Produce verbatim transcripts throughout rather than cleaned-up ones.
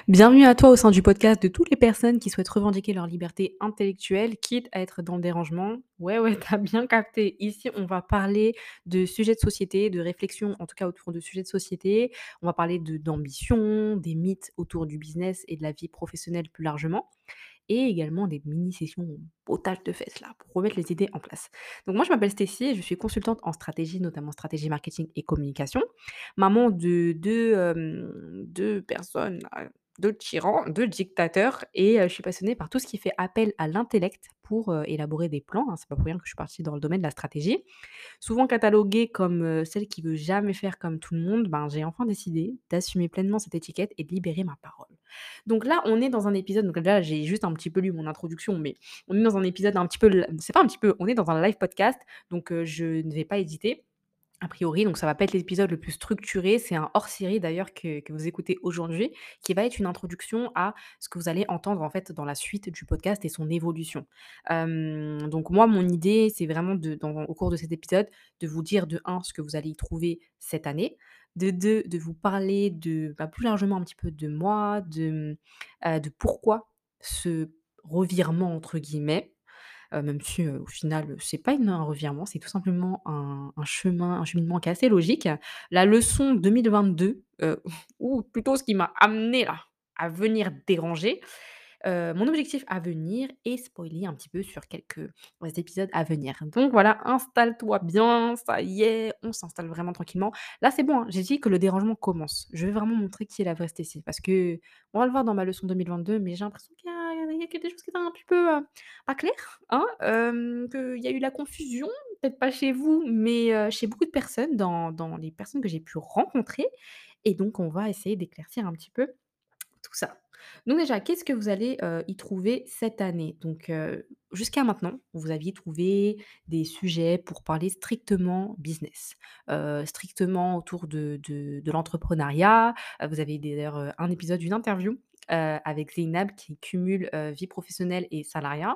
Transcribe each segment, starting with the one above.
Bienvenue à toi au sein du podcast de toutes les personnes qui souhaitent revendiquer leur liberté intellectuelle, quitte à être dans le dérangement. Ouais, ouais, t'as bien capté. Ici, on va parler de sujets de société, de réflexion, en tout cas autour de sujets de société. On va parler de d'ambition, des mythes autour du business et de la vie professionnelle plus largement, et également des mini-sessions potage de fesses là, pour remettre les idées en place. Donc moi, je m'appelle Stécie et je suis consultante en stratégie, notamment stratégie marketing et communication. Maman de deux, hem, deux personnes là, deux tyrans, deux dictateurs et heu, je suis passionnée par tout ce qui fait appel à l'intellect pour, heu, élaborer des plans, hein. C'est pas pour rien que je suis partie dans le domaine de la stratégie. Souvent cataloguée comme, heu, celle qui veut jamais faire comme tout le monde, ben, j'ai enfin décidé d'assumer pleinement cette étiquette et de libérer ma parole. Donc là, on est dans un épisode, donc là, j'ai juste un petit peu lu mon introduction, mais on est dans un épisode un petit peu l c'est pas un petit peu, on est dans un live podcast, donc heu, je ne vais pas hésiter a priori, donc ça va pas être l'épisode le plus structuré. C'est un hors-série d'ailleurs que que vous écoutez aujourd'hui, qui va être une introduction à ce que vous allez entendre en fait dans la suite du podcast et son évolution. Hem, donc moi, mon idée, c'est vraiment de dans au cours de cet épisode, de vous dire de un ce que vous allez y trouver cette année, de deux de vous parler de, bah, plus largement un petit peu de moi, de, mmh, de pourquoi ce «revirement» entre guillemets. Heu, même si, heu, au final, c'est pas une un revirement, c'est tout simplement un un chemin un cheminement qui est assez logique. La leçon deux mille vingt-deux, heu, ou plutôt ce qui m'a amené là, à venir déranger, heu, mon objectif à venir et spoiler un petit peu sur quelques, ouais, épisodes à venir. Donc voilà, installe-toi bien, ça y est, on s'installe vraiment tranquillement. Là, c'est bon, hein, j'ai dit que le dérangement commence. Je vais vraiment montrer qui est la vraie Stécie parce qu'on va le voir dans ma leçon deux mille vingt-deux, mais j'ai l'impression qu'il y a il y a quelque chose qui est un petit peu, heu, pas clair, hein, hem, qu'il y a eu la confusion, peut-être pas chez vous, mais heu, chez beaucoup de personnes, dans dans les personnes que j'ai pu rencontrer, et donc on va essayer d'éclaircir un petit peu tout ça. Donc déjà, qu'est-ce que vous allez, heu, y trouver cette année? Donc heu, jusqu'à maintenant, vous aviez trouvé des sujets pour parler strictement business, heu, strictement autour de de de l'entrepreneuriat. Heu, vous avez d'ailleurs, heu, un épisode, une interview, heu, avec Zeynab qui cumule, heu, vie professionnelle et salariat,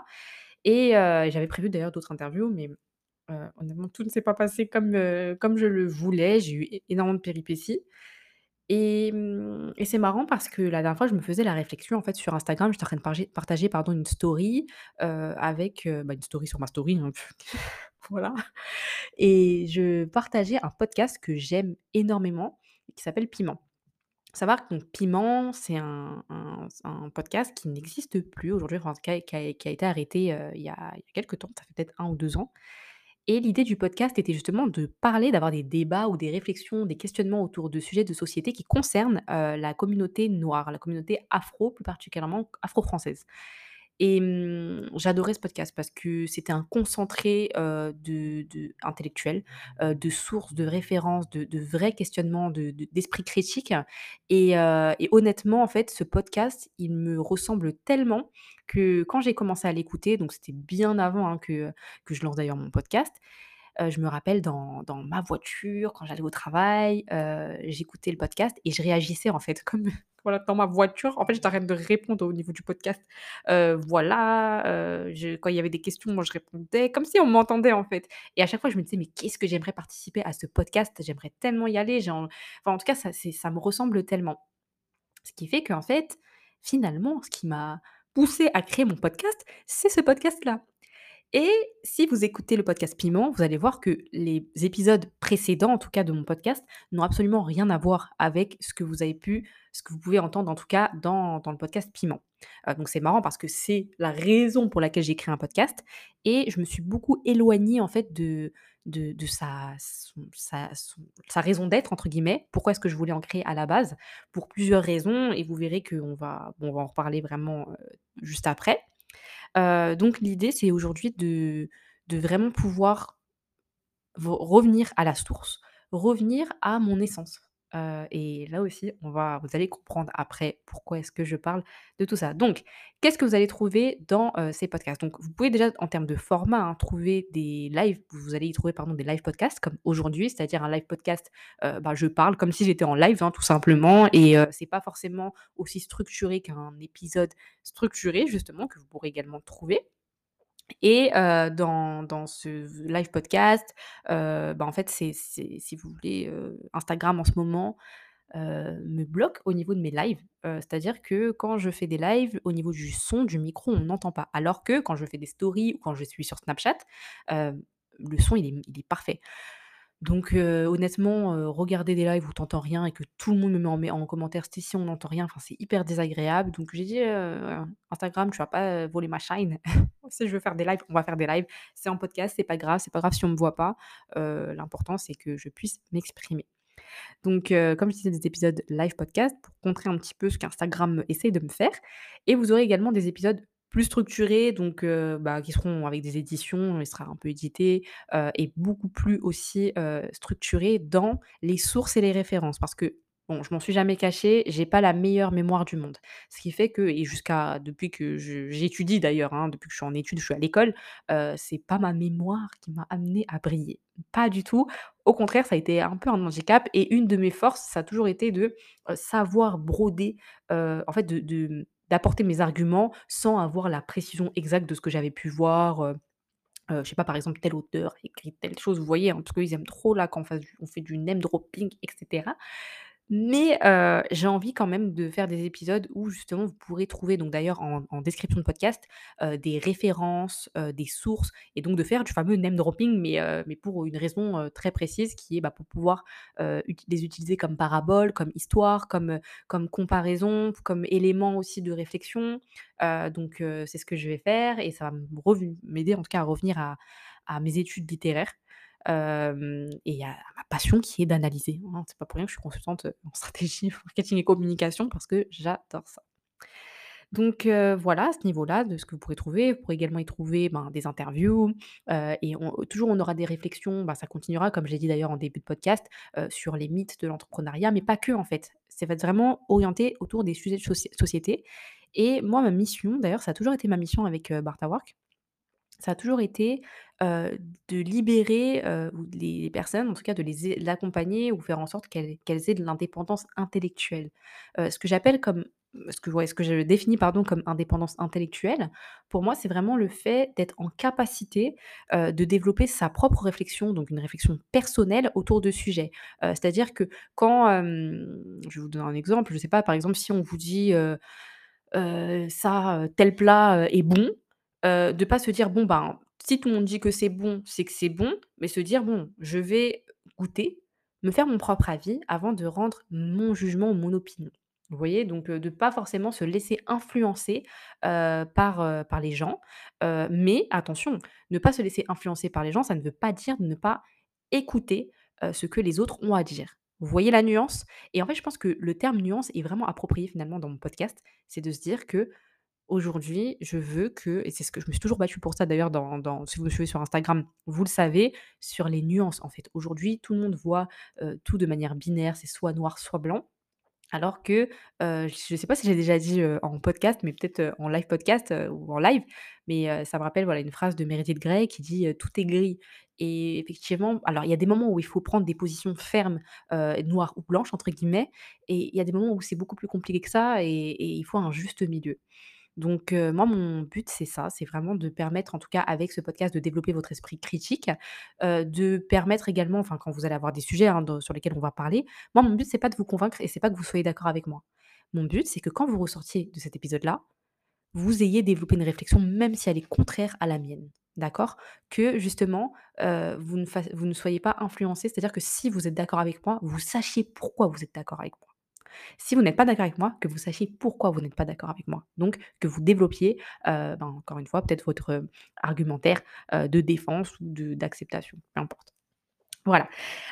et heu, j'avais prévu d'ailleurs d'autres interviews, mais heu, honnêtement, tout ne s'est pas passé comme, heu, comme je le voulais. J'ai eu é énormément de péripéties. Et mmh et c'est marrant parce que la dernière fois, je me faisais la réflexion, en fait, sur Instagram. J'étais en train de parger partager, pardon, une story, heu, avec, heu, bah, une story sur ma story, hein, voilà, et je partageais un podcast que j'aime énormément, qui s'appelle Piment. Faut savoir que donc Piment, c'est un un c'est un podcast qui n'existe plus aujourd'hui, enfin, en tout cas, qui a qui a été arrêté, heu, il y a il y a quelque temps, ça fait peut-être un ou deux ans, et l'idée du podcast était justement de parler, d'avoir des débats ou des réflexions, des questionnements autour de sujets de société qui concernent, heu, la communauté noire, la communauté afro, plus particulièrement afro-française. Et mmh, j'adorais ce podcast parce que c'était un concentré, heu, de de intellectuel, heu, de sources, de références, de de vrais questionnements, de de d'esprit critique, et heu et honnêtement, en fait, ce podcast, il me ressemble tellement que quand j'ai commencé à l'écouter, donc c'était bien avant, hein, que, que je lance d'ailleurs mon podcast. Heu, je me rappelle dans dans ma voiture, quand j'allais au travail, heu, j'écoutais le podcast et je réagissais en fait comme voilà, dans ma voiture. En fait, j'étais en train de répondre au niveau du podcast. Heu, voilà, heu, je quand il y avait des questions, moi je répondais comme si on m'entendait en fait, et à chaque fois je me disais: «Mais qu'est-ce que j'aimerais participer à ce podcast, j'aimerais tellement y aller». J'ai en Enfin, en tout cas, ça c'est ça me ressemble tellement. Ce qui fait qu'en fait, finalement, ce qui m'a poussée à créer mon podcast, c'est ce podcast-là. Et si vous écoutez le podcast Piment, vous allez voir que les épisodes précédents, en tout cas de mon podcast, n'ont absolument rien à voir avec ce que vous avez pu ce que vous pouvez entendre en tout cas dans dans le podcast Piment. Heu, donc c'est marrant parce que c'est la raison pour laquelle j'ai créé un podcast, et je me suis beaucoup éloignée en fait de de de sa son sa son sa «raison d'être» entre guillemets. Pourquoi est-ce que je voulais en créer à la base? Pour plusieurs raisons, et vous verrez qu'on va bon, on va en reparler vraiment, heu, juste après. Heu, donc l'idée, c'est aujourd'hui de de vraiment pouvoir vo revenir à la source, revenir à mon essence. Heu et là aussi, on va vous allez comprendre après pourquoi est-ce que je parle de tout ça. Donc, qu'est-ce que vous allez trouver dans, heu, ces podcasts? Donc, vous pouvez déjà, en termes de format, hein, trouver des lives, vous allez y trouver, pardon, des live podcasts comme aujourd'hui, c'est-à-dire un live podcast, heu, bah, je parle comme si j'étais en live, hein, tout simplement, et heu, c'est pas forcément aussi structuré qu'un épisode structuré, justement, que vous pourrez également trouver. Et heu, dans dans ce live podcast, heu, bah, en fait, c'est c'est si vous voulez, heu, Instagram en ce moment, heu, me bloque au niveau de mes lives. Heu, c'est-à-dire que quand je fais des lives, au niveau du son, du micro, on n'entend pas. Alors que quand je fais des stories ou quand je suis sur Snapchat, heu, le son il est il est parfait. Donc heu, honnêtement, heu, regarder des lives où tu entends rien et que tout le monde me met en mé en commentaire: «Si, si, on n'entend rien», enfin, c'est hyper désagréable. Donc j'ai dit: «Heu, Instagram, tu vas pas, heu, voler ma shine. Si je veux faire des lives, on va faire des lives. C'est en podcast, c'est pas grave, c'est pas grave si on me voit pas. Heu, l'important, c'est que je puisse m'exprimer». Donc heu, comme je disais, des épisodes live podcast pour contrer un petit peu ce qu'Instagram essaye de me faire et vous aurez également des épisodes plus structurés donc heu, bah, qui seront avec des éditions, il sera un peu édité, heu et beaucoup plus aussi, heu, structurés dans les sources et les références. Parce que, bon, je m'en suis jamais cachée, j'ai pas la meilleure mémoire du monde. Ce qui fait que et jusqu'à depuis que je j'étudie d'ailleurs, hein, depuis que je suis en études, je suis à l'école, heu, c'est pas ma mémoire qui m'a amenée à briller. Pas du tout. Au contraire, ça a été un peu un handicap et une de mes forces, ça a toujours été de, heu, savoir broder, heu, en fait, de de, mmh, d'apporter mes arguments sans avoir la précision exacte de ce que j'avais pu voir, heu heu, je sais pas, par exemple, tel auteur a écrit telle chose, vous voyez, hein? Parce qu'ils aiment trop là quand on fasse du on fait du name dropping et cetera. Mais heu, j'ai envie quand même de faire des épisodes où justement vous pourrez trouver donc d'ailleurs en en description de podcast, heu, des références, heu, des sources et donc de faire du fameux name dropping mais heu, mais pour une raison, heu, très précise qui est, bah, pour pouvoir, heu, uti les utiliser comme parabole, comme histoire, comme, heu, comme comparaison, comme élément aussi de réflexion. Heu, donc heu, c'est ce que je vais faire et ça va me rev m'aider en tout cas à revenir à à mes études littéraires. Hem et à à ma passion qui est d'analyser, hein. C'est pas pour rien que je suis consultante, heu, en stratégie, marketing et communication parce que j'adore ça. Donc heu, voilà, à ce niveau-là, de ce que vous pourrez trouver. Vous pourrez également y trouver, ben, des interviews, heu et on toujours on aura des réflexions, bah, ça continuera comme j'ai dit d'ailleurs en début de podcast, heu, sur les mythes de l'entrepreneuriat, mais pas que en fait. Ça va être vraiment orienté autour des sujets de soci société et moi ma mission d'ailleurs, ça a toujours été ma mission avec, heu, Bar Work, ça a toujours été, heu, de libérer, heu, ou les les personnes, en tout cas de les ai l'accompagner ou faire en sorte qu'elles qu'elles aient de l'indépendance intellectuelle. Heu, ce que j'appelle comme ce que ouais, ce que je définis pardon comme indépendance intellectuelle, pour moi, c'est vraiment le fait d'être en capacité, heu, de développer sa propre réflexion, donc une réflexion personnelle autour de sujets. Heu, c'est-à-dire que quand, hem, je vais vous donner un exemple, je sais pas, par exemple, si on vous dit, heu heu, ça, heu, tel plat, heu, est bon, heu, de pas se dire: «Bon, ben, si tout le monde dit que c'est bon, c'est que c'est bon», mais se dire: «Bon, je vais goûter, me faire mon propre avis avant de rendre mon jugement ou mon opinion». Vous voyez? Donc heu, de pas forcément se laisser influencer, heu, par, heu, par les gens, heu, mais attention, ne pas se laisser influencer par les gens, ça ne veut pas dire de ne pas écouter, heu, ce que les autres ont à dire. Vous voyez la nuance? Et en fait, je pense que le terme nuance est vraiment approprié finalement dans mon podcast. C'est de se dire que aujourd'hui, je veux que et c'est ce que je me suis toujours battue pour ça d'ailleurs dans dans si vous me suivez sur Instagram, vous le savez, sur les nuances en fait. Aujourd'hui, tout le monde voit, heu, tout de manière binaire, c'est soit noir, soit blanc. Alors que, heu, je ne sais pas si j'ai déjà dit, heu, en podcast, mais peut-être, heu, en live podcast, heu, ou en live, mais heu, ça me rappelle, voilà, une phrase de Meredith Grey qui dit, heu: «Tout est gris» et effectivement, alors il y a des moments où il faut prendre des positions fermes, heu, «noires ou blanches» entre guillemets et il y a des moments où c'est beaucoup plus compliqué que ça et et il faut un juste milieu. Donc heu, moi, mon but, c'est ça, c'est vraiment de permettre, en tout cas avec ce podcast, de développer votre esprit critique, heu, de permettre également, enfin, quand vous allez avoir des sujets, hein, de sur lesquels on va parler, moi, mon but, c'est pas de vous convaincre et c'est pas que vous soyez d'accord avec moi. Mon but, c'est que quand vous ressortiez de cet épisode-là, vous ayez développé une réflexion, même si elle est contraire à la mienne, d'accord? Que justement, heu, vous ne fass vous ne soyez pas influencés, c'est-à-dire que si vous êtes d'accord avec moi, vous sachiez pourquoi vous êtes d'accord avec moi. Si vous n'êtes pas d'accord avec moi, que vous sachiez pourquoi vous n'êtes pas d'accord avec moi. Donc que vous développiez, heu, ben, encore une fois, peut-être votre, heu, argumentaire, heu, de défense ou de d'acceptation, peu importe. Voilà.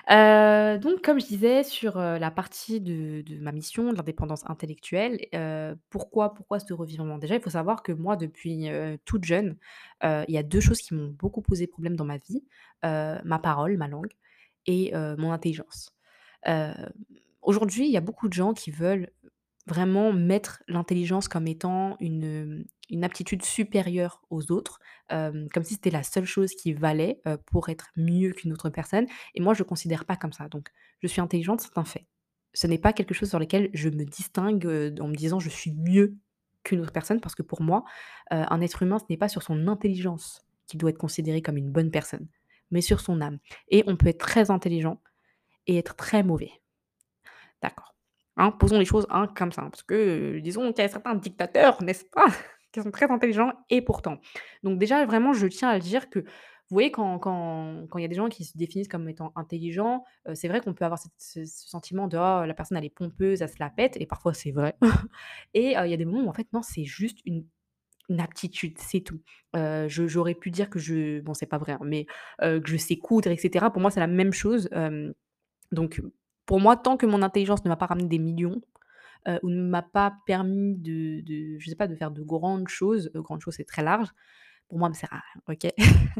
Heu, donc comme je disais sur, heu, la partie de de ma mission, de l'indépendance intellectuelle, heu, pourquoi pourquoi ce revirement? Déjà, il faut savoir que moi, depuis, heu, toute jeune, heu, il y a deux choses qui m'ont beaucoup posé problème dans ma vie, heu, ma parole, ma langue et heu, mon intelligence. Heu, Aujourd'hui, il y a beaucoup de gens qui veulent vraiment mettre l'intelligence comme étant une, une aptitude supérieure aux autres, hem, comme si c'était la seule chose qui valait, heu, pour être mieux qu'une autre personne et moi je ne considère pas comme ça. Donc je suis intelligente, c'est un fait. Ce n'est pas quelque chose sur lequel je me distingue, heu, en me disant: «Je suis mieux qu'une autre personne» parce que pour moi, heu, un être humain, ce n'est pas sur son intelligence qu'il doit être considéré comme une bonne personne, mais sur son âme et on peut être très intelligent et être très mauvais. D'accord. Hein, posons les choses, hein, comme ça, parce que, heu, disons qu'il y a certains dictateurs, n'est-ce pas? Qui sont très intelligents et pourtant. Donc déjà, vraiment, je tiens à le dire que, vous voyez, quand quand quand il y a des gens qui se définissent comme étant intelligents, heu, c'est vrai qu'on peut avoir cette ce ce sentiment de: «Oh, la personne, elle est pompeuse, elle se la pète» et parfois c'est vrai. Et heu, il y a des moments où en fait, non, c'est juste une une aptitude, c'est tout. Heu, je j'aurais pu dire que je bon, c'est pas vrai, hein, mais heu, que je sais coudre et cetera. Pour moi, c'est la même chose, hem, donc pour moi, tant que mon intelligence ne m'a pas ramené des millions, heu, ou ne m'a pas permis de de je sais pas, de faire de grandes choses, heu, grandes choses, c'est très large, pour moi, ça me sert à rien, OK?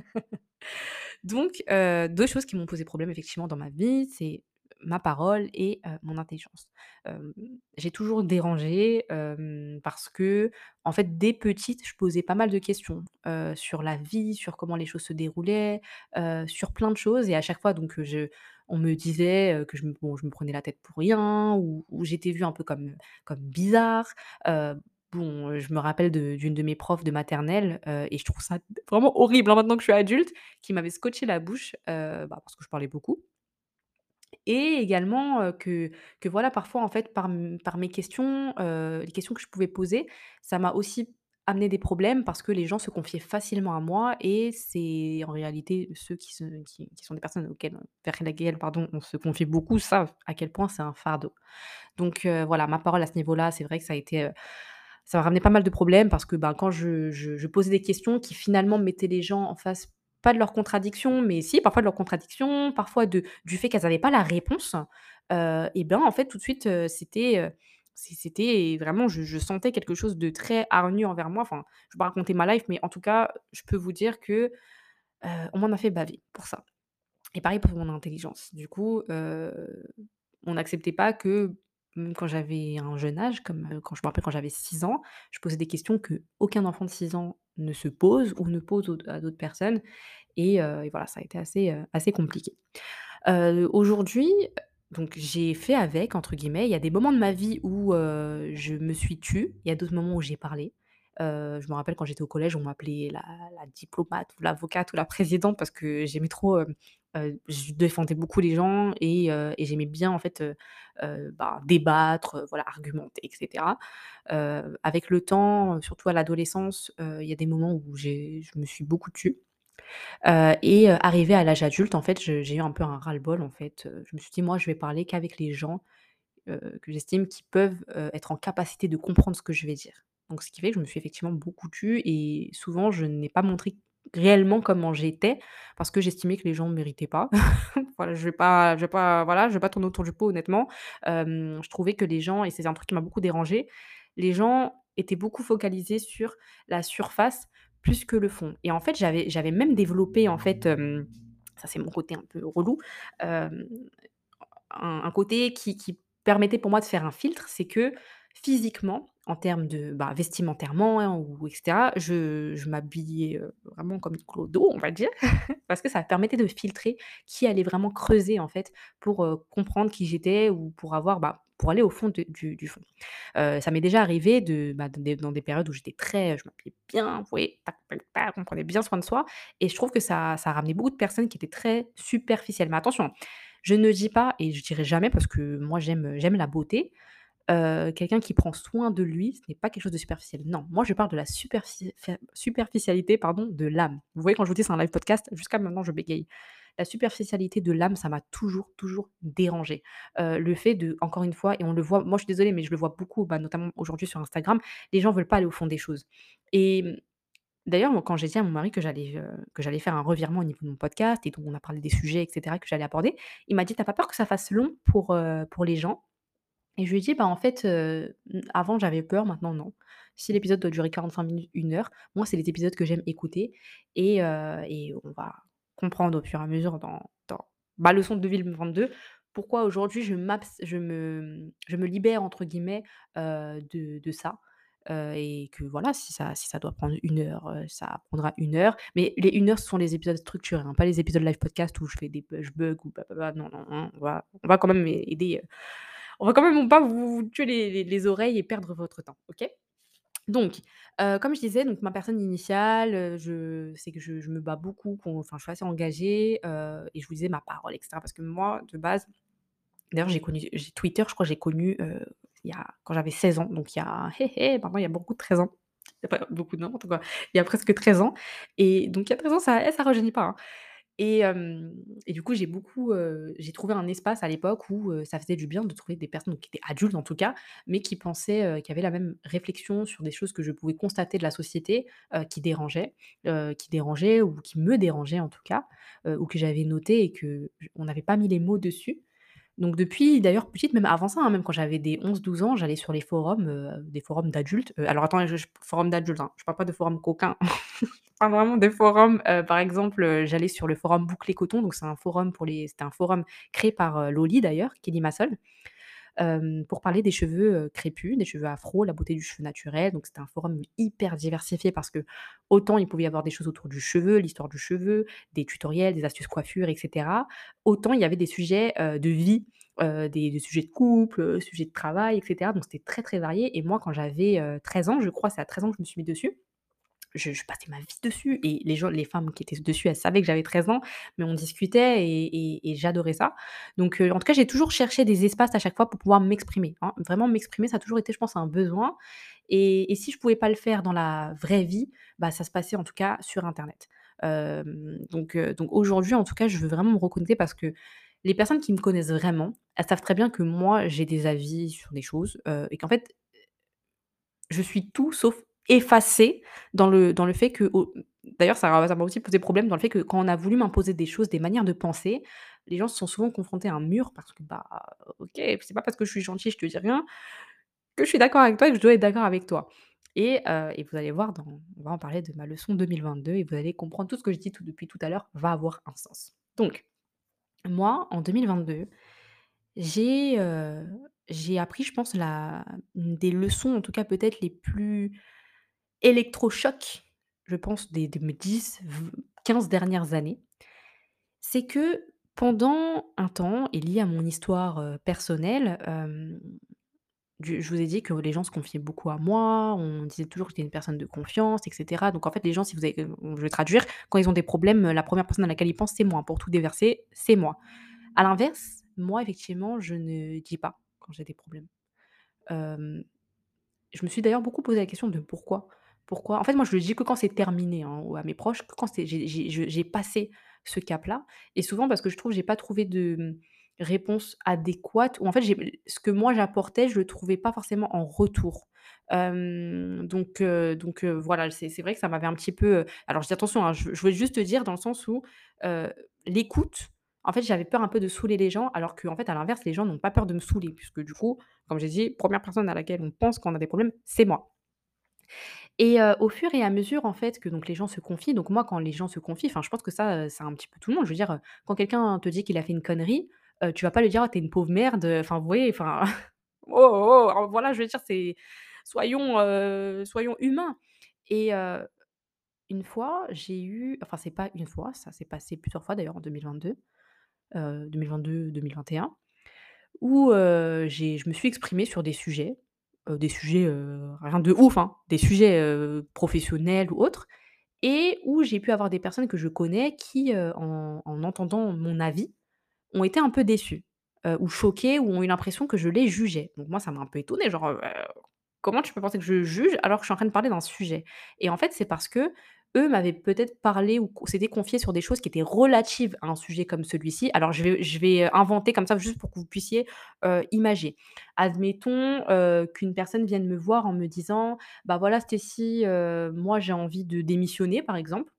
Donc heu, deux choses qui m'ont posé problème effectivement dans ma vie, c'est ma parole et heu, mon intelligence. Hem, j'ai toujours dérangé, hem, parce que en fait, dès petite, je posais pas mal de questions, heu, sur la vie, sur comment les choses se déroulaient, heu, sur plein de choses et à chaque fois donc heu, je on me disait, heu, que je me bon, je me prenais la tête pour rien ou ou j'étais vue un peu comme, comme bizarre. Heu, bon, heu, je me rappelle de d'une de mes profs de maternelle, heu et je trouve ça vraiment horrible, hein, maintenant que je suis adulte, qui m'avait scotché la bouche, heu, bah, parce que je parlais beaucoup et également, heu, que que voilà, parfois, en fait, par m par mes questions, heu, les questions que je pouvais poser, ça m'a aussi amené des problèmes parce que les gens se confiaient facilement à moi et c'est en réalité ceux qui se qui qui sont des personnes auxquelles vers lesquelles, pardon, on se confie beaucoup savent à quel point c'est un fardeau. Donc heu, voilà, ma parole à ce niveau-là, c'est vrai que ça a été, heu, ça m'a ramené pas mal de problèmes parce que, ben, quand je je je posais des questions qui finalement mettaient les gens en face, pas de leurs contradictions, mais si, parfois de leurs contradictions, parfois de du fait qu'elles avaient pas la réponse, heu et ben, en fait, tout de suite, heu, c'était, heu, c'est c'était vraiment je je sentais quelque chose de très hargneux envers moi. Enfin, je vais pas raconter ma life, mais en tout cas, je peux vous dire que, heu, on m'en a fait baver pour ça et pareil pour mon intelligence. Du coup, heu, on n'acceptait pas que, même quand j'avais un jeune âge, comme, heu, quand je me rappelle quand j'avais six ans, je posais des questions qu'aucun enfant de six ans ne se pose ou ne pose aux à d'autres personnes et heu et voilà, ça a été assez, heu, assez compliqué. Heu, aujourd'hui, donc j'ai «fait avec» entre guillemets. Il y a des moments de ma vie où, heu, je me suis tue, il y a d'autres moments où j'ai parlé. Heu, je me rappelle quand j'étais au collège, on m'appelait la la diplomate ou l'avocate ou la présidente parce que j'aimais trop, hem, heu, je défendais beaucoup les gens et heu et j'aimais bien en fait, heu heu, bah, débattre, heu, voilà, argumenter et cetera. Heu, avec le temps, surtout à l'adolescence, heu, il y a des moments où j'ai je me suis beaucoup tue. Heu et heu, arrivée à l'âge adulte, en fait, je j'ai eu un peu un ras-le-bol, en fait, heu, je me suis dit: «Moi, je vais parler qu'avec les gens, heu, que j'estime qui peuvent, heu, être en capacité de comprendre ce que je vais dire». Donc ce qui fait que je me suis effectivement beaucoup tue et souvent je n'ai pas montré réellement comment j'étais parce que j'estimais que les gens ne méritaient pas. Voilà, je vais pas je vais pas voilà, je vais pas tourner autour du pot honnêtement. Hem, je trouvais que les gens et c'est un truc qui m'a beaucoup dérangée, les gens étaient beaucoup focalisés sur la surface plus que le fond et en fait, j'avais j'avais même développé en fait, hem, ça c'est mon côté un peu relou, hem, un un côté qui qui permettait pour moi de faire un filtre, c'est que physiquement, en termes de, bah, vestimentairement hein, ou et cetera, je je m'habillais, heu, vraiment comme une clodo, on va dire, parce que ça permettait de filtrer qui allait vraiment creuser en fait pour, heu, comprendre qui j'étais ou pour avoir, bah, pour aller au fond de du du fond. Heu, ça m'est déjà arrivé de, bah, dans des dans des périodes où j'étais très je m'habillais bien, vous voyez, tac tac tac, on prenait bien soin de soi et je trouve que ça ça a ramené beaucoup de personnes qui étaient très superficielles. Mais attention, je ne dis pas et je dirai jamais parce que moi j'aime, j'aime la beauté, heu, quelqu'un qui prend soin de lui, ce n'est pas quelque chose de superficiel. Non, moi je parle de la superfi fia superficialité pardon, de l'âme. Vous voyez quand je vous dis c'est un live podcast, jusqu'à maintenant je bégaye. La superficialité de l'âme, ça m'a toujours, toujours dérangée. Heu, le fait de encore une fois et on le voit moi je suis désolée mais je le vois beaucoup, bah, notamment aujourd'hui sur Instagram, les gens veulent pas aller au fond des choses et mmh, d'ailleurs moi quand j'ai dit à mon mari que j'allais, heu, que j'allais faire un revirement au niveau de mon podcast et donc on a parlé des sujets et cetera que j'allais aborder, il m'a dit: «Tu as pas peur que ça fasse long pour, heu, pour les gens?» Et je lui ai dit: «Bah, en fait, heu, mmh, avant j'avais peur, maintenant non. Si l'épisode doit durer quarante-cinq minutes, une heure, moi c'est les épisodes que j'aime écouter et heu et on va comprendre au fur et à mesure dans dans ma leçon de deux mille vingt-deux pourquoi aujourd'hui je m'abs je me, mmh, je me «libère» entre guillemets, heu, de de ça, heu et que voilà, si ça si ça doit prendre une heure, heu, ça prendra une heure. Mais les une heure, ce sont les épisodes structurés, hein, pas les épisodes live podcast où je fais des je bug ou blablabla. Non, non, non, on va on va quand même aider, heu on va quand même pas vous vous tuer les les les oreilles et perdre votre temps, OK? Donc, heu, comme je disais, donc ma personne initiale, heu, je c'est que je je me bats beaucoup, qu'on enfin, je suis assez engagée, heu et je vous disais ma parole et cetera parce que moi, de base, D'ailleurs, j'ai connu j'ai Twitter, je crois que j'ai connu, heu, il y a quand j'avais seize ans, donc il y a hé, hé, maintenant il y a beaucoup de treize ans. Il y a pas beaucoup, n'importe quoi. Il y a presque treize ans et donc il y a treize ans, ça eh, ça rajeunit pas, hein. Et hem et du coup, j'ai beaucoup, heu, j'ai trouvé un espace à l'époque où, heu, ça faisait du bien de trouver des personnes, donc qui étaient adultes en tout cas, mais qui pensaient, heu, qui avaient la même réflexion sur des choses que je pouvais constater de la société, heu, qui dérangeaient, heu, qui dérangeaient ou qui me dérangeaient en tout cas, heu, ou que j'avais noté et que j on n'avait pas mis les mots dessus. Donc depuis d'ailleurs petite, même avant ça, hein, même quand j'avais des onze douze ans, j'allais sur les forums, heu, des forums d'adultes, heu, alors attends, je je forums d'adultes, hein, je parle pas de forums coquins. Je parle vraiment des forums, heu, par exemple, heu, j'allais sur le forum Bouclé Coton, donc c'est un forum pour les c'était un forum créé par, heu, Loli d'ailleurs, Kelly Massol, hem, pour parler des cheveux, heu, crépus, des cheveux afro, la beauté du cheveu naturel. Donc c'était un forum hyper diversifié parce que autant il pouvait y avoir des choses autour du cheveu, l'histoire du cheveu, des tutoriels, des astuces coiffure et cetera. Autant il y avait des sujets, heu, de vie, heu, des des sujets de couple, heu, sujets de travail et cetera. Donc c'était très, très varié et moi quand j'avais, heu, treize ans, je crois, c'est à treize ans que je me suis mis dessus. Je je passais ma vie dessus et les gens les femmes qui étaient dessus, elles savaient que j'avais treize ans, mais on discutait et et et j'adorais ça. Donc heu, en tout cas, j'ai toujours cherché des espaces à chaque fois pour pouvoir m'exprimer, hein. Vraiment m'exprimer, ça a toujours été, je pense, un besoin et et si je pouvais pas le faire dans la vraie vie, bah, ça se passait en tout cas sur internet. Hem, donc heu, donc aujourd'hui, en tout cas, je veux vraiment me reconnecter parce que les personnes qui me connaissent vraiment, elles savent très bien que moi, j'ai des avis sur des choses, heu et qu'en fait, je suis tout sauf effacée dans le dans le fait que au d'ailleurs ça ça m'a aussi posé problème dans le fait que quand on a voulu m'imposer des choses, des manières de penser, les gens se sont souvent confrontés à un mur parce que, bah, OK, c'est pas parce que je suis gentille, je te dis rien, que je suis d'accord avec toi et que je dois être d'accord avec toi. Et heu et vous allez voir dans on va en parler de ma leçon deux mille vingt-deux et vous allez comprendre tout ce que je dis tout depuis tout à l'heure va avoir un sens. Donc, moi, en deux mille vingt-deux, j'ai, heu, j'ai appris, je pense, la une des leçons, en tout cas peut-être les plus électrochoc, je pense des de mes dix v quinze dernières années, c'est que pendant un temps et lié à mon histoire, heu, personnelle, hem, du je vous ai dit que les gens se confiaient beaucoup à moi, on disait toujours que j'étais une personne de confiance et cetera. Donc en fait, les gens, si vous avez, heu, je vais traduire, quand ils ont des problèmes, la première personne à laquelle ils pensent, c'est moi. Pour tout déverser, c'est moi. À l'inverse, moi, effectivement, je ne dis pas quand j'ai des problèmes. Hem Je me suis d'ailleurs beaucoup posé la question de pourquoi? Pourquoi? En fait, moi, je le dis que quand c'est terminé, hein, ou à mes proches, que quand c'est j'ai j'ai je j'ai passé ce cap-là et souvent parce que je trouve j'ai pas trouvé de, mmh, réponse adéquate ou en fait, j'ai ce que moi j'apportais, je le trouvais pas forcément en retour. Hem, donc heu donc heu, voilà, c'est c'est vrai que ça m'avait un petit peu, heu alors je dis attention, hein, je je veux juste te dire dans le sens où, heu, l'écoute, en fait, j'avais peur un peu de saouler les gens alors qu'en fait, à l'inverse, les gens n'ont pas peur de me saouler puisque du coup, comme j'ai dit, première personne à laquelle on pense qu'on a des problèmes, c'est moi. Et heu, au fur et à mesure, en fait, que donc les gens se confient, donc moi, quand les gens se confient, enfin, je pense que ça, heu, c'est un petit peu tout le monde. Je veux dire, heu, quand quelqu'un te dit qu'il a fait une connerie, heu, tu vas pas lui dire: «Oh, tu es une pauvre merde», enfin, vous voyez, enfin, oh, oh, alors voilà, je veux dire, c'est soyons, heu, soyons humains et heu, une fois, j'ai eu enfin, c'est pas une fois, ça s'est passé plusieurs fois d'ailleurs en deux mille vingt-deux, heu, deux mille vingt-deux-deux mille vingt et un où, heu, j'ai je me suis exprimée sur des sujets, heu, des sujets, heu, rien de ouf, hein, des sujets, heu, professionnels ou autres et où j'ai pu avoir des personnes que je connais qui, heu, en en entendant mon avis, ont été un peu déçues, heu, ou choquées ou ont eu l'impression que je les jugeais. Donc moi, ça m'a un peu étonnée, genre, heu, comment tu peux penser que je juge alors que je suis en train de parler d'un sujet? Et en fait, c'est parce que eux m'avaient peut-être parlé ou co s'étaient confiés sur des choses qui étaient relatives à un sujet comme celui-ci. Alors je vais je vais, heu, inventer comme ça juste pour que vous puissiez, heu, imager. Admettons, heu, qu'une personne vienne me voir en me disant: «Bah, voilà Stécie, heu, moi j'ai envie de démissionner», par exemple.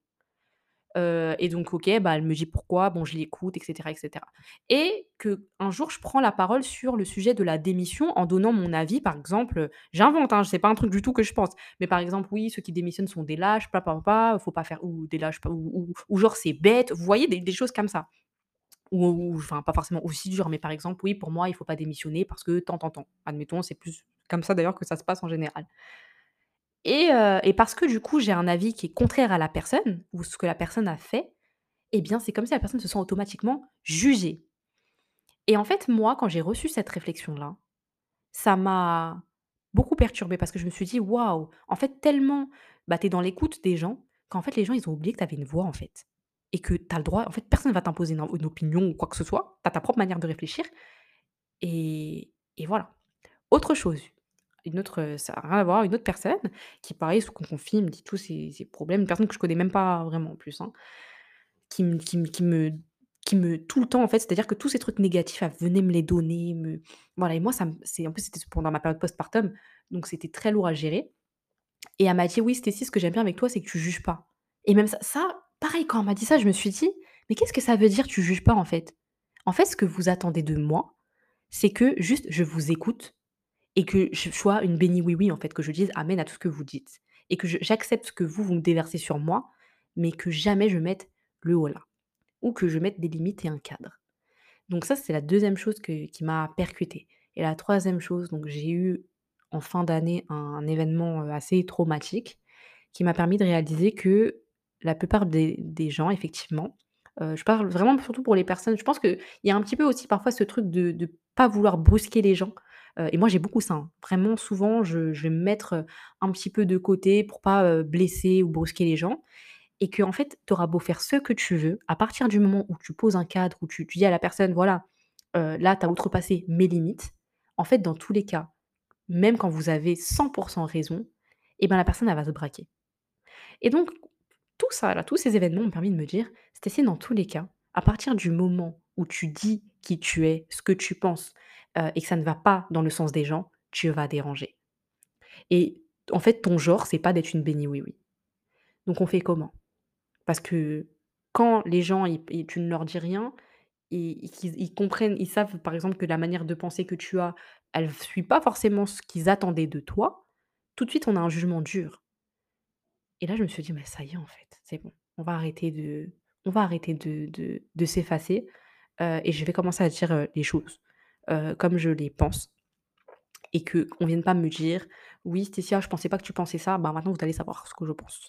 Heu et donc OK, bah, elle me dit pourquoi, bon je l'écoute et cetera et cetera. Et qu'un jour je prends la parole sur le sujet de la démission en donnant mon avis par exemple, heu, j'invente, hein, c'est pas un truc du tout que je pense, mais par exemple: «Oui, ceux qui démissionnent sont des lâches, pa pa pa, faut pas faire» ou des lâches pas ou ou ou genre c'est bête, vous voyez des des choses comme ça. Ou ou enfin pas forcément aussi dur, mais par exemple: «Oui, pour moi il faut pas démissionner parce que tant, tant, tant». Admettons, c'est plus comme ça d'ailleurs que ça se passe en général. Et heu et parce que du coup, j'ai un avis qui est contraire à la personne ou ce que la personne a fait, eh bien, c'est comme si la personne se sent automatiquement jugée. Et en fait, moi, quand j'ai reçu cette réflexion-là, ça m'a beaucoup perturbée parce que je me suis dit: «Waouh!» En fait, tellement, bah, tu es dans l'écoute des gens qu'en fait, les gens, ils ont oublié que tu avais une voix, en fait et que tu as le droit en fait, personne ne va t'imposer une une opinion ou quoi que ce soit. Tu as ta propre manière de réfléchir et et voilà. Autre chose, une autre, heu, ça a rien à voir, une autre personne qui pareil se con confie, me dit tous ses ses problèmes, une personne que je connais même pas vraiment en plus, hein, qui me qui me qui me qui me tout le temps en fait, c'est-à-dire que tous ces trucs négatifs, elle venait me les donner, me voilà et moi ça me c'est en plus c'était pendant ma période postpartum, donc c'était très lourd à gérer et elle m'a dit: «Oui Stécie, ce que j'aime bien avec toi, c'est que tu juges pas» et même ça ça, pareil quand elle m'a dit ça, je me suis dit: «Mais qu'est-ce que ça veut dire tu juges pas en fait? En fait, ce que vous attendez de moi, c'est que juste je vous écoute et que je sois une bénie oui-oui, en fait, que je dise amen à tout ce que vous dites et que je j'accepte ce que vous, vous me déversez sur moi, mais que jamais je mette le holà ou que je mette des limites et un cadre. Donc ça, c'est la deuxième chose que qui m'a percutée et la troisième chose, donc j'ai eu en fin d'année un événement, heu, assez traumatique qui m'a permis de réaliser que la plupart des des gens effectivement, heu, je parle vraiment surtout pour les personnes je pense qu'il y a un petit peu aussi parfois ce truc de de pas vouloir brusquer les gens, heu et moi j'ai beaucoup ça, hein. Vraiment souvent je je vais me mettre, heu, un petit peu de côté pour pas, heu, blesser ou brusquer les gens et qu'en fait, tu auras beau faire ce que tu veux, à partir du moment où tu poses un cadre, où tu tu dis à la personne: «Voilà, heu, là, tu as outrepassé mes limites», en fait, dans tous les cas, même quand vous avez cent pour cent raison, et ben, la personne, elle va se braquer. Et donc tout ça là, tous ces événements m'ont permis de me dire: «Stécie, dans tous les cas, à partir du moment où tu dis qui tu es, ce que tu penses, heu et que ça ne va pas dans le sens des gens, tu vas déranger. Et en fait, ton genre, c'est pas d'être une bénie oui oui. Donc on fait comment?» Parce que quand les gens ils et tu ne leur dis rien et et qu'ils ils comprennent, ils savent par exemple que la manière de penser que tu as, elle suit pas forcément ce qu'ils attendaient de toi, tout de suite on a un jugement dur. Et là je me suis dit: «Mais ça y est en fait, c'est bon, on va arrêter de on va arrêter de de de s'effacer, heu, et je vais commencer à dire, heu, les choses, heu, comme je les pense et que qu'on vienne pas me dire: "Oui Stécia, je pensais pas que tu pensais ça, bah maintenant vous allez savoir ce que je pense"».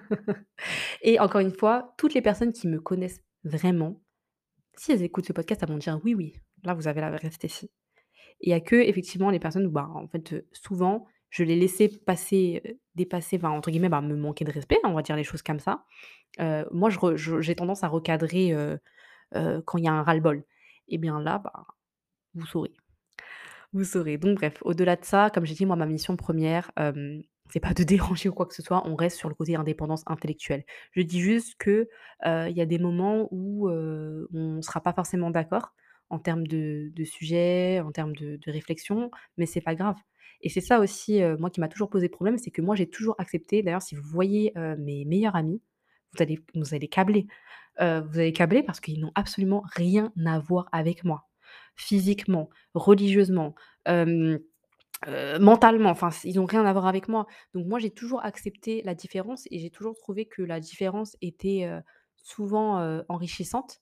Et encore une fois, toutes les personnes qui me connaissent vraiment, si elles écoutent ce podcast, elles vont dire: «Oui, oui, là vous avez la vraie Stécie». Il y a qu'effectivement les personnes où, bah, en fait, heu, souvent je les laissais passer, heu, dépasser, enfin entre guillemets, bah, me manquer de respect, on va dire les choses comme ça. Heu, moi je re je j'ai tendance à recadrer, heu heu, quand il y a un ras-le-bol. Et bien là, bah, vous saurez. Vous saurez. Donc bref, au-delà de ça, comme j'ai dit, moi, ma mission première, hem, c'est pas de déranger ou quoi que ce soit, on reste sur le côté indépendance intellectuelle. Je dis juste que, heu, il y a des moments où, heu, on sera pas forcément d'accord en termes de de sujets, en termes de de réflexion, mais c'est pas grave. Et c'est ça aussi, heu, moi, qui m'a toujours posé problème, c'est que moi, j'ai toujours accepté d'ailleurs, si vous voyez, heu, mes meilleurs amis, vous allez vous allez câbler. Heu, vous allez câbler parce qu'ils n'ont absolument rien à voir avec moi. Physiquement, religieusement, hem, heu, mentalement, enfin, c ils ont rien à voir avec moi. Donc moi, j'ai toujours accepté la différence et j'ai toujours trouvé que la différence était, heu, souvent, heu, enrichissante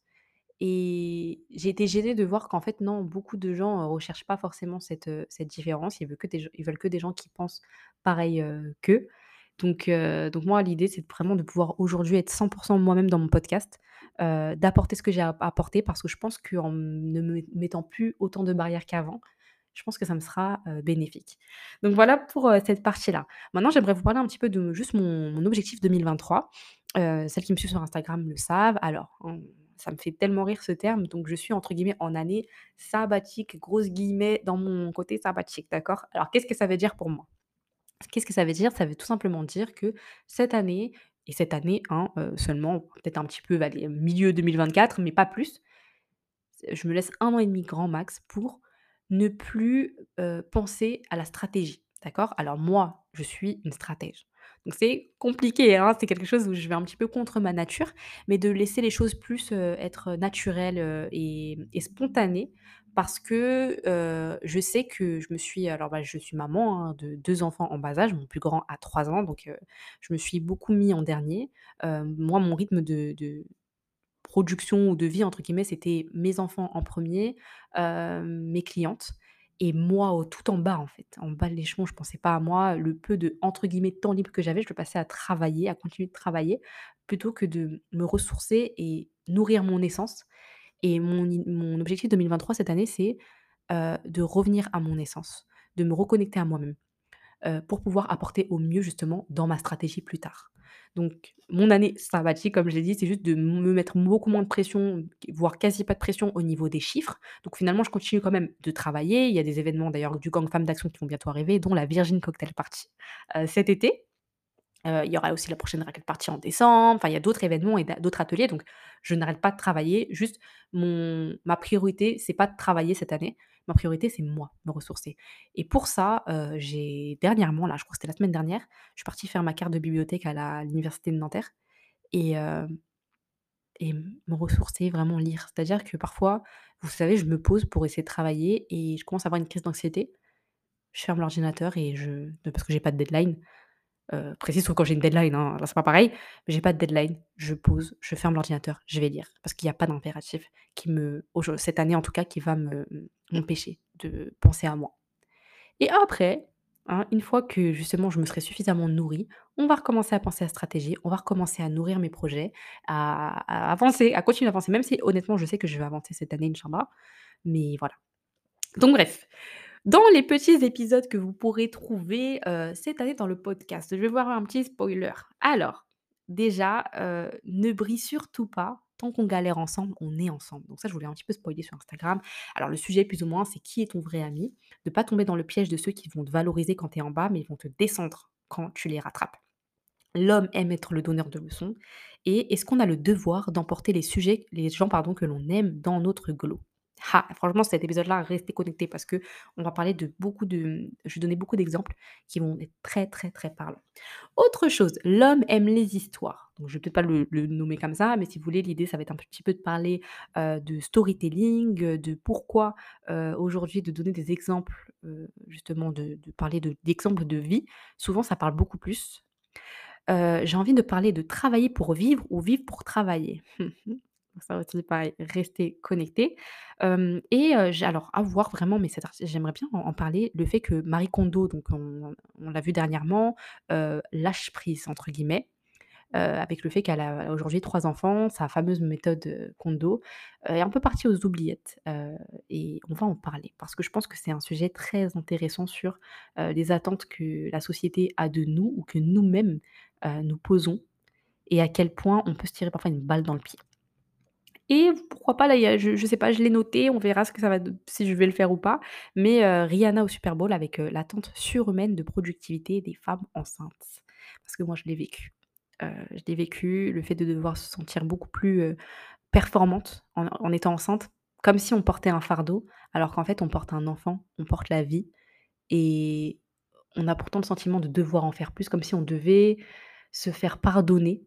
et j'ai été gênée de voir qu'en fait, non, beaucoup de gens, heu, recherchent pas forcément cette, heu, cette différence. Ils veulent que des gens ils veulent que des gens qui pensent pareil, heu, qu'eux. Donc heu, donc moi, l'idée, c'est vraiment de pouvoir aujourd'hui être cent pour cent moi-même dans mon podcast, heu, d'apporter ce que j'ai à apporter parce que je pense qu'en ne me mettant plus autant de barrières qu'avant, je pense que ça me sera, heu, bénéfique. Donc voilà pour, heu, cette partie-là. Maintenant, j'aimerais vous parler un petit peu de juste mon mon objectif deux mille vingt-trois. Heu, celles qui me suivent sur Instagram le savent. Alors, hein, ça me fait tellement rire ce terme, donc je suis entre guillemets en année «sabbatique», grosses guillemets dans mon côté sabbatique, d'accord? Alors qu'est-ce que ça veut dire pour moi? Qu'est-ce que ça veut dire? Ça veut tout simplement dire que cette année et cette année, hein, heu, seulement, peut-être un petit peu, allez, milieu deux mille vingt-quatre, mais pas plus, je me laisse un an et demi grand max pour ne plus, heu, penser à la stratégie, d'accord? Alors moi, je suis une stratège. Donc c'est compliqué, hein, c'est quelque chose où je vais un petit peu contre ma nature, mais de laisser les choses plus, heu, être naturelles, heu et et spontanées parce que, heu, je sais que je me suis alors, bah, je suis maman, hein, de deux enfants en bas âge. Mon plus grand a trois ans, donc heu, je me suis beaucoup mis en dernier. Heu, moi, mon rythme de de production ou de vie entre guillemets, c'était mes enfants en premier, er mes clientes et moi au tout en bas en fait. En bas de l'échelon, je pensais pas à moi. Le peu de entre guillemets «temps libre» que j'avais, je le passais à travailler, à continuer de travailler, plutôt que de me ressourcer et nourrir mon essence. Et mon i mon objectif deux mille vingt-trois cette année, c'est, heu, de revenir à mon essence, de me reconnecter à moi-même. heu, pour pouvoir apporter au mieux justement dans ma stratégie plus tard. Donc mon année sabbatique, comme je l'ai dit, c'est juste de me mettre beaucoup moins de pression, voire quasi pas de pression au niveau des chiffres. Donc finalement, je continue quand même de travailler. Il y a des événements d'ailleurs du Gang Femmes d'Action qui vont bientôt arriver, dont la Virgin Cocktail Party, heu, cet été. Heu, il y aura aussi la prochaine Raclette Party en décembre. Enfin, il y a d'autres événements et d'a d'autres ateliers, donc je n'arrête pas de travailler. Juste mon ma priorité, c'est pas de travailler cette année. Ma priorité, c'est moi, me ressourcer et pour ça, heu, j'ai dernièrement, là, je crois que c'était la semaine dernière, je suis partie faire ma carte de bibliothèque à la l'université de Nanterre et hem et m me ressourcer, vraiment lire. C'est-à-dire que parfois, vous savez, je me pose pour essayer de travailler et je commence à avoir une crise d'anxiété. Je ferme l'ordinateur et je parce que j'ai pas de deadline. Heu, précise que quand j'ai une deadline, hein, là c'est pas pareil, mais j'ai pas de deadline. Je pose, je ferme l'ordinateur, je vais lire parce qu'il y a pas d'impératif qui me aujour cette année en tout cas, qui va me m'empêcher de penser à moi et après, hein, une fois que justement je me serai suffisamment nourrie, on va recommencer à penser à stratégie, on va recommencer à nourrir mes projets, à à avancer, à continuer d'avancer, même si honnêtement je sais que je vais avancer cette année, Inch'Allah, mais voilà. Donc bref, dans les petits épisodes que vous pourrez trouver, heu, cette année dans le podcast, je vais voir un petit spoiler. Alors, déjà, heu, ne brille surtout pas, tant qu'on galère ensemble, on est ensemble. Donc ça, je voulais un petit peu spoiler sur Instagram. Alors le sujet plus ou moins, c'est qui est ton vrai ami? De pas tomber dans le piège de ceux qui vont te valoriser quand tu es en bas, mais ils vont te descendre quand tu les rattrapes. L'homme aime être le donneur de leçons et est-ce qu'on a le devoir d'emporter les sujets les gens pardon que l'on aime dans notre glow? Ah! Franchement cet épisode-là, restez connectés parce que on va parler de beaucoup de, mmh je vais donner beaucoup d'exemples qui vont être très, très, très parlants. Autre chose, l'homme aime les histoires. Donc je vais peut-être pas le le nommer comme ça, mais si vous voulez, l'idée ça va être un petit peu de parler, heu, de storytelling, heu, de pourquoi, heu, aujourd'hui de donner des exemples, heu, justement de de parler de d'exemples de vie. Souvent ça parle beaucoup plus. Heu, j'ai envie de parler de travailler pour vivre ou vivre pour travailler. Ça aussi pareil, restez connectés. Hem et heu, j'ai alors à voir vraiment, mais cet arti j'aimerais bien en en parler, le fait que Marie Kondo, donc on on l'a vu dernièrement, heu, «lâche prise» entre guillemets, heu, avec le fait qu'elle a aujourd'hui trois enfants, sa fameuse méthode, heu, Kondo, heu, est un peu partie aux oubliettes, heu et on va en parler parce que je pense que c'est un sujet très intéressant sur, heu, les attentes que la société a de nous ou que nous-mêmes, heu, nous posons et à quel point on peut se tirer parfois une balle dans le pied. Et pourquoi pas là, il y a je je sais pas, je l'ai noté, on verra ce que ça va d si je vais le faire ou pas, mais heu, Rihanna au Super Bowl avec, heu, l'attente surhumaine de productivité des femmes enceintes. Parce que moi je l'ai vécu. Heu, je l'ai vécu, le fait de devoir se sentir beaucoup plus, heu, performante en en étant enceinte, comme si on portait un fardeau, alors qu'en fait on porte un enfant, on porte la vie et on a pourtant le sentiment de devoir en faire plus, comme si on devait se faire pardonner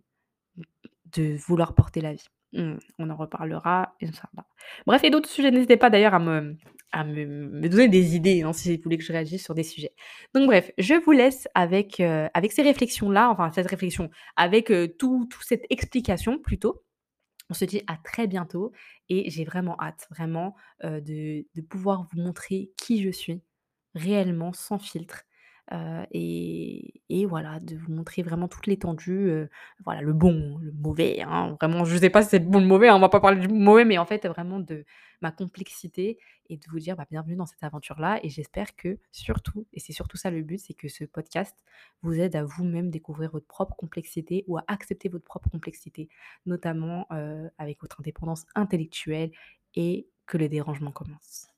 de vouloir porter la vie. Mmh, on en reparlera, Inch'Allah. Bref et d'autres sujets, n'hésitez pas d'ailleurs à me à me me donner des idées, hein, si vous voulez que je réagisse sur des sujets. Donc bref, je vous laisse avec, heu, avec ces réflexions-là, enfin cette réflexion, avec, heu, tout tout cette explication plutôt. On se dit à très bientôt et j'ai vraiment hâte, vraiment, heu, de de pouvoir vous montrer qui je suis, réellement, sans filtre, heu et et voilà, de vous montrer vraiment toute l'étendue, heu, voilà, le bon, le mauvais, hein, vraiment, je sais pas si c'est le bon, le mauvais, hein, on va pas parler du mauvais, mais en fait, vraiment de ma complexité et de vous dire, bah, bienvenue dans cette aventure-là et j'espère que surtout, et c'est surtout ça le but, c'est que ce podcast vous aide à vous-même découvrir votre propre complexité ou à accepter votre propre complexité, notamment, heu, avec votre indépendance intellectuelle et que le dérangement commence.